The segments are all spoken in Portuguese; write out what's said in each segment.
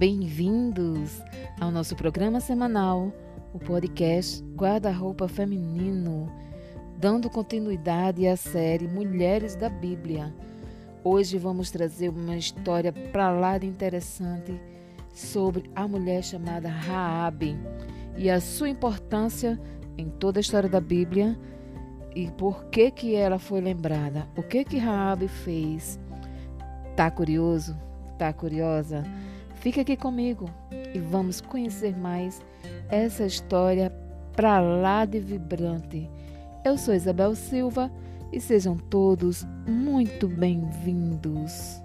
Bem-vindos ao nosso programa semanal, o podcast Guarda-Roupa Feminino, dando continuidade à série Mulheres da Bíblia. Hoje vamos trazer uma história pra lá de interessante sobre a mulher chamada Raabe e a sua importância em toda a história da Bíblia e por que ela foi lembrada. O que Raabe fez? Tá curioso? Tá curiosa? Fica aqui comigo e vamos conhecer mais essa história pra lá de vibrante. Eu sou Isabel Silva e sejam todos muito bem-vindos.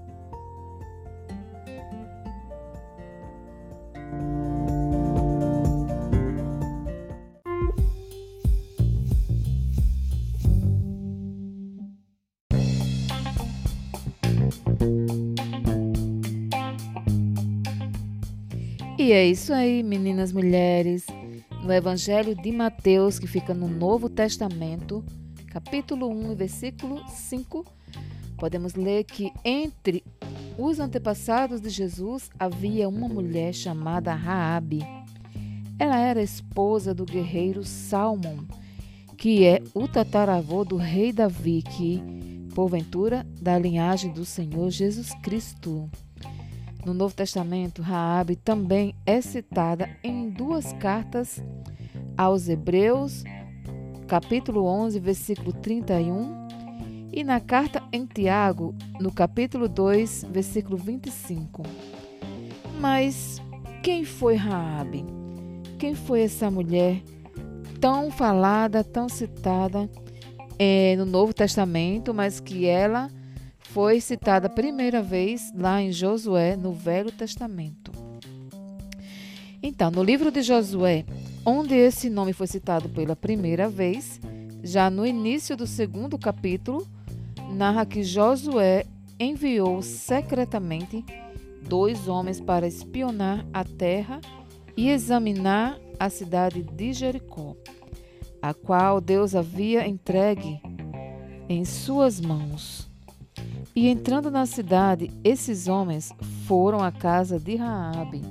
E é isso aí, meninas, mulheres. No Evangelho de Mateus, que fica no Novo Testamento, capítulo 1, versículo 5, podemos ler que entre os antepassados de Jesus havia uma mulher chamada Raabe. Ela era esposa do guerreiro Salmão, que é o tataravô do rei Davi, que, porventura, da linhagem do Senhor Jesus Cristo. No Novo Testamento, Raabe também é citada em duas cartas aos Hebreus, capítulo 11, versículo 31, e na carta em Tiago, no capítulo 2, versículo 25. Mas quem foi Raabe? Quem foi essa mulher tão falada, tão citada no Novo Testamento, mas que ela foi citada a primeira vez lá em Josué, no Velho Testamento? Então, no livro de Josué, onde esse nome foi citado pela primeira vez, já no início do segundo capítulo, narra que Josué enviou secretamente 2 homens para espionar a terra e examinar a cidade de Jericó, a qual Deus havia entregue em suas mãos. E entrando na cidade, esses homens foram à casa de Raabe.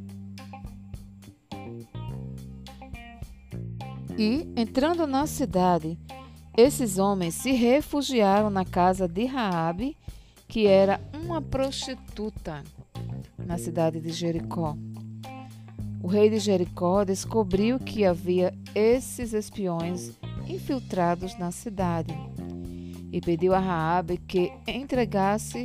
E, entrando na cidade, esses homens se refugiaram na casa de Raabe, que era uma prostituta na cidade de Jericó. O rei de Jericó descobriu que havia esses espiões infiltrados na cidade e pediu a Raabe que entregasse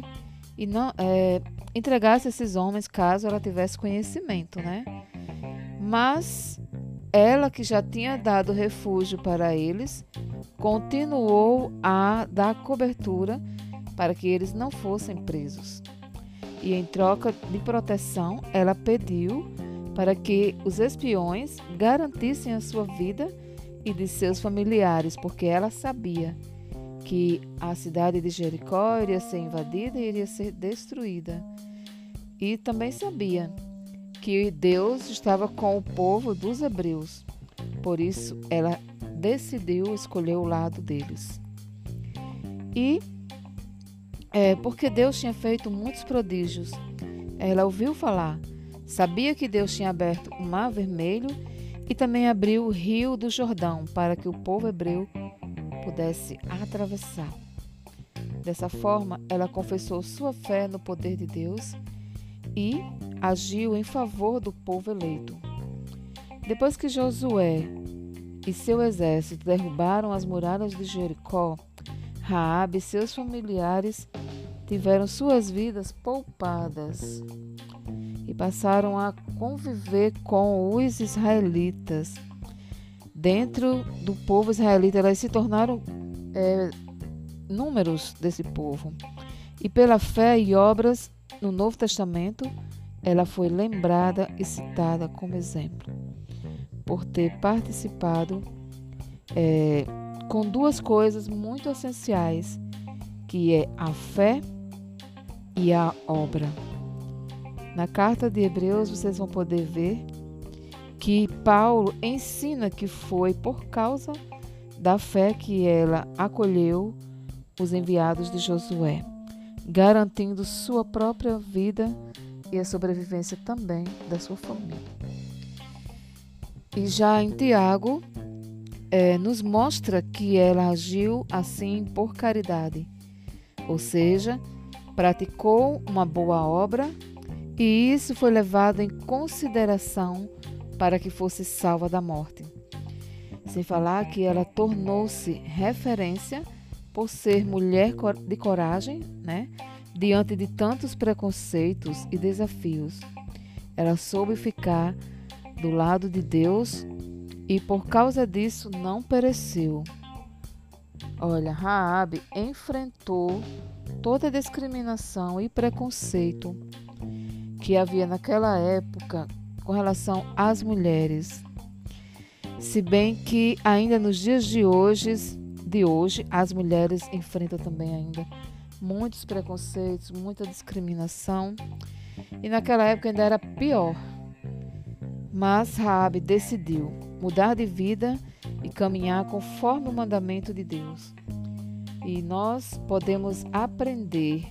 esses homens caso ela tivesse conhecimento, né? Mas ela, que já tinha dado refúgio para eles, continuou a dar cobertura para que eles não fossem presos. E em troca de proteção, ela pediu para que os espiões garantissem a sua vida e de seus familiares, porque ela sabia que a cidade de Jericó iria ser invadida e iria ser destruída. E também sabia que Deus estava com o povo dos hebreus. Por isso, ela decidiu escolher o lado deles. E porque Deus tinha feito muitos prodígios, ela ouviu falar, sabia que Deus tinha aberto o Mar Vermelho e também abriu o Rio do Jordão para que o povo hebreu pudesse atravessar. Dessa forma, ela confessou sua fé no poder de Deus e agiu em favor do povo eleito. Depois que Josué e seu exército derrubaram as muralhas de Jericó, Raabe e seus familiares tiveram suas vidas poupadas e passaram a conviver com os israelitas. Dentro do povo israelita, elas se tornaram números desse povo. E pela fé e obras no Novo Testamento, ela foi lembrada e citada como exemplo, por ter participado com 2 coisas muito essenciais, que é a fé e a obra. Na carta de Hebreus, vocês vão poder ver que Paulo ensina que foi por causa da fé que ela acolheu os enviados de Josué, garantindo sua própria vida e a sobrevivência também da sua família. E já em Tiago, nos mostra que ela agiu assim por caridade, ou seja, praticou uma boa obra e isso foi levado em consideração para que fosse salva da morte. Sem falar que ela tornou-se referência por ser mulher de coragem, né? Diante de tantos preconceitos e desafios. Ela soube ficar do lado de Deus e por causa disso não pereceu. Olha, Raabe enfrentou toda a discriminação e preconceito que havia naquela época com relação às mulheres. Se bem que ainda nos dias de hoje as mulheres enfrentam também ainda muitos preconceitos, muita discriminação. E naquela época ainda era pior. Mas Raabe decidiu mudar de vida e caminhar conforme o mandamento de Deus. E nós podemos aprender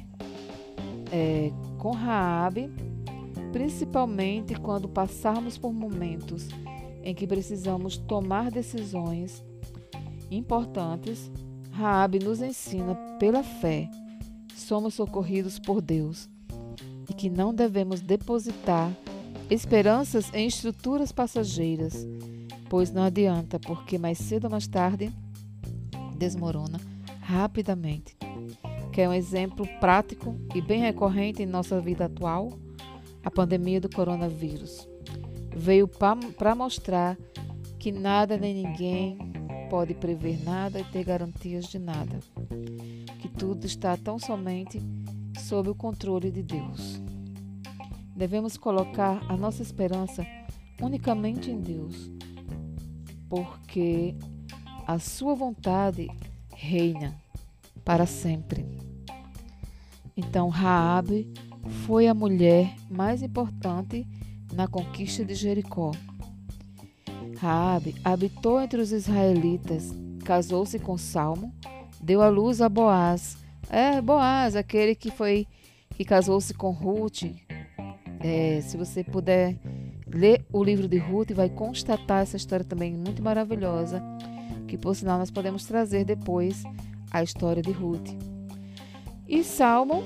com Raabe, principalmente quando passarmos por momentos em que precisamos tomar decisões importantes. Raabe nos ensina pela fé, somos socorridos por Deus e que não devemos depositar esperanças em estruturas passageiras, pois não adianta, porque mais cedo ou mais tarde desmorona rapidamente. Quer um exemplo prático e bem recorrente em nossa vida atual? A pandemia do coronavírus veio para mostrar que nada nem ninguém pode prever nada e ter garantias de nada, que tudo está tão somente sob o controle de Deus. Devemos colocar a nossa esperança unicamente em Deus, porque a sua vontade reina para sempre. Então, Raabe foi a mulher mais importante na conquista de Jericó. Raabe habitou entre os israelitas, casou-se com Salmo, deu à luz a Boaz. Boaz, aquele que casou-se com Ruth. Se você puder ler o livro de Ruth, vai constatar essa história também muito maravilhosa, que por sinal nós podemos trazer depois a história de Ruth. E Salmo,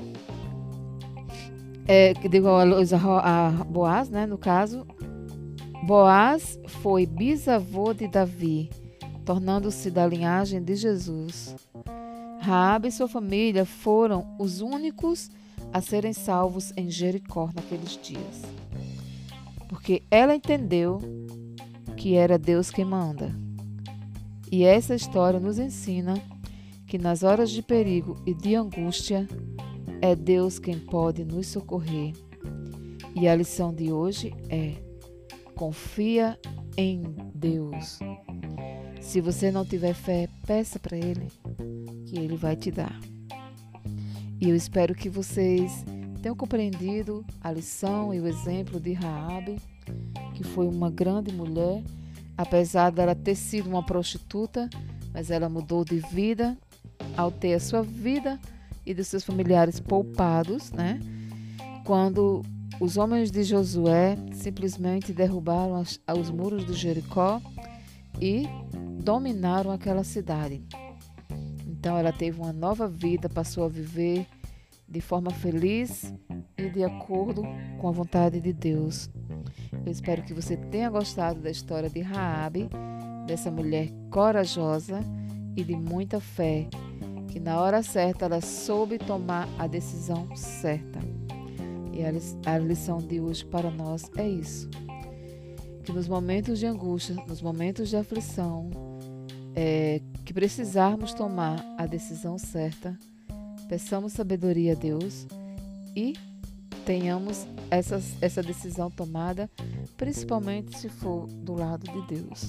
que deu à luz a Boaz, né, no caso, Boaz foi bisavô de Davi, tornando-se da linhagem de Jesus. Raabe e sua família foram os únicos a serem salvos em Jericó naqueles dias, porque ela entendeu que era Deus quem manda. E essa história nos ensina que nas horas de perigo e de angústia é Deus quem pode nos socorrer. E a lição de hoje é: confia em Deus. Se você não tiver fé, peça para Ele, que Ele vai te dar. E eu espero que vocês tenham compreendido a lição e o exemplo de Raabe, que foi uma grande mulher, apesar dela ter sido uma prostituta, mas ela mudou de vida ao ter a sua vida e dos seus familiares poupados, né? Quando os homens de Josué simplesmente derrubaram os muros de Jericó e dominaram aquela cidade. Então ela teve uma nova vida, passou a viver de forma feliz e de acordo com a vontade de Deus. Eu espero que você tenha gostado da história de Raabe, dessa mulher corajosa e de muita fé, que na hora certa ela soube tomar a decisão certa. E a lição de hoje para nós é isso: que nos momentos de angústia, nos momentos de aflição, que precisarmos tomar a decisão certa, peçamos sabedoria a Deus e tenhamos essa decisão tomada, principalmente se for do lado de Deus.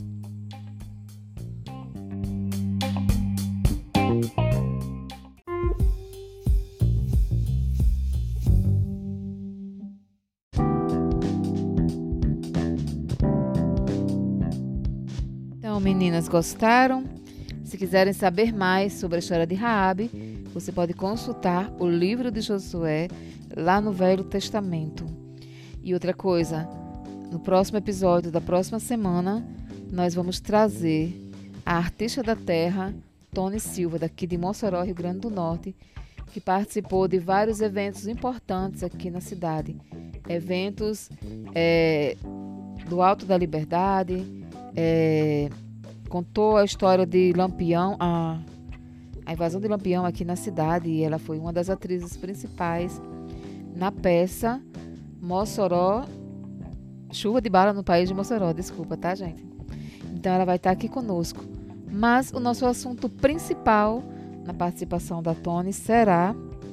Então, meninas, gostaram? Se quiserem saber mais sobre a história de Raabe, você pode consultar o livro de Josué lá no Velho Testamento. E outra coisa, no próximo episódio da próxima semana, nós vamos trazer a artista da terra, Tony Silva, daqui de Mossoró, Rio Grande do Norte, que participou de vários eventos importantes aqui na cidade. Eventos do Alto da Liberdade, contou a história de Lampião, a invasão de Lampião aqui na cidade, e ela foi uma das atrizes principais na peça Mossoró, Chuva de Bala no País de Mossoró, desculpa, tá, gente? Então ela vai estar aqui conosco. Mas o nosso assunto principal na participação da Tony será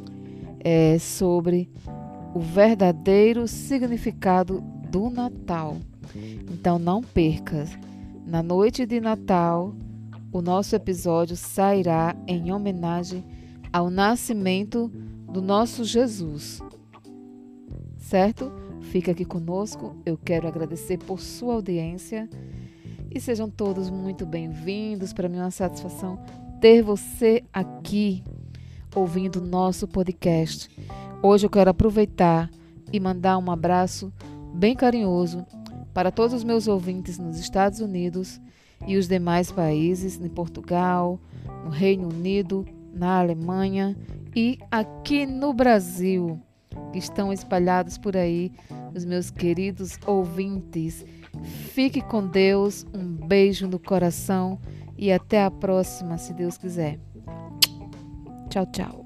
sobre o verdadeiro significado do Natal. Então não perca. Na noite de Natal, o nosso episódio sairá em homenagem ao nascimento do nosso Jesus. Certo? Fica aqui conosco. Eu quero agradecer por sua audiência. E sejam todos muito bem-vindos. Para mim é uma satisfação ter você aqui ouvindo o nosso podcast. Hoje eu quero aproveitar e mandar um abraço bem carinhoso para todos os meus ouvintes nos Estados Unidos e os demais países, em Portugal, no Reino Unido, na Alemanha e aqui no Brasil, que estão espalhados por aí, os meus queridos ouvintes. Fique com Deus, um beijo no coração e até a próxima, se Deus quiser. Tchau, tchau.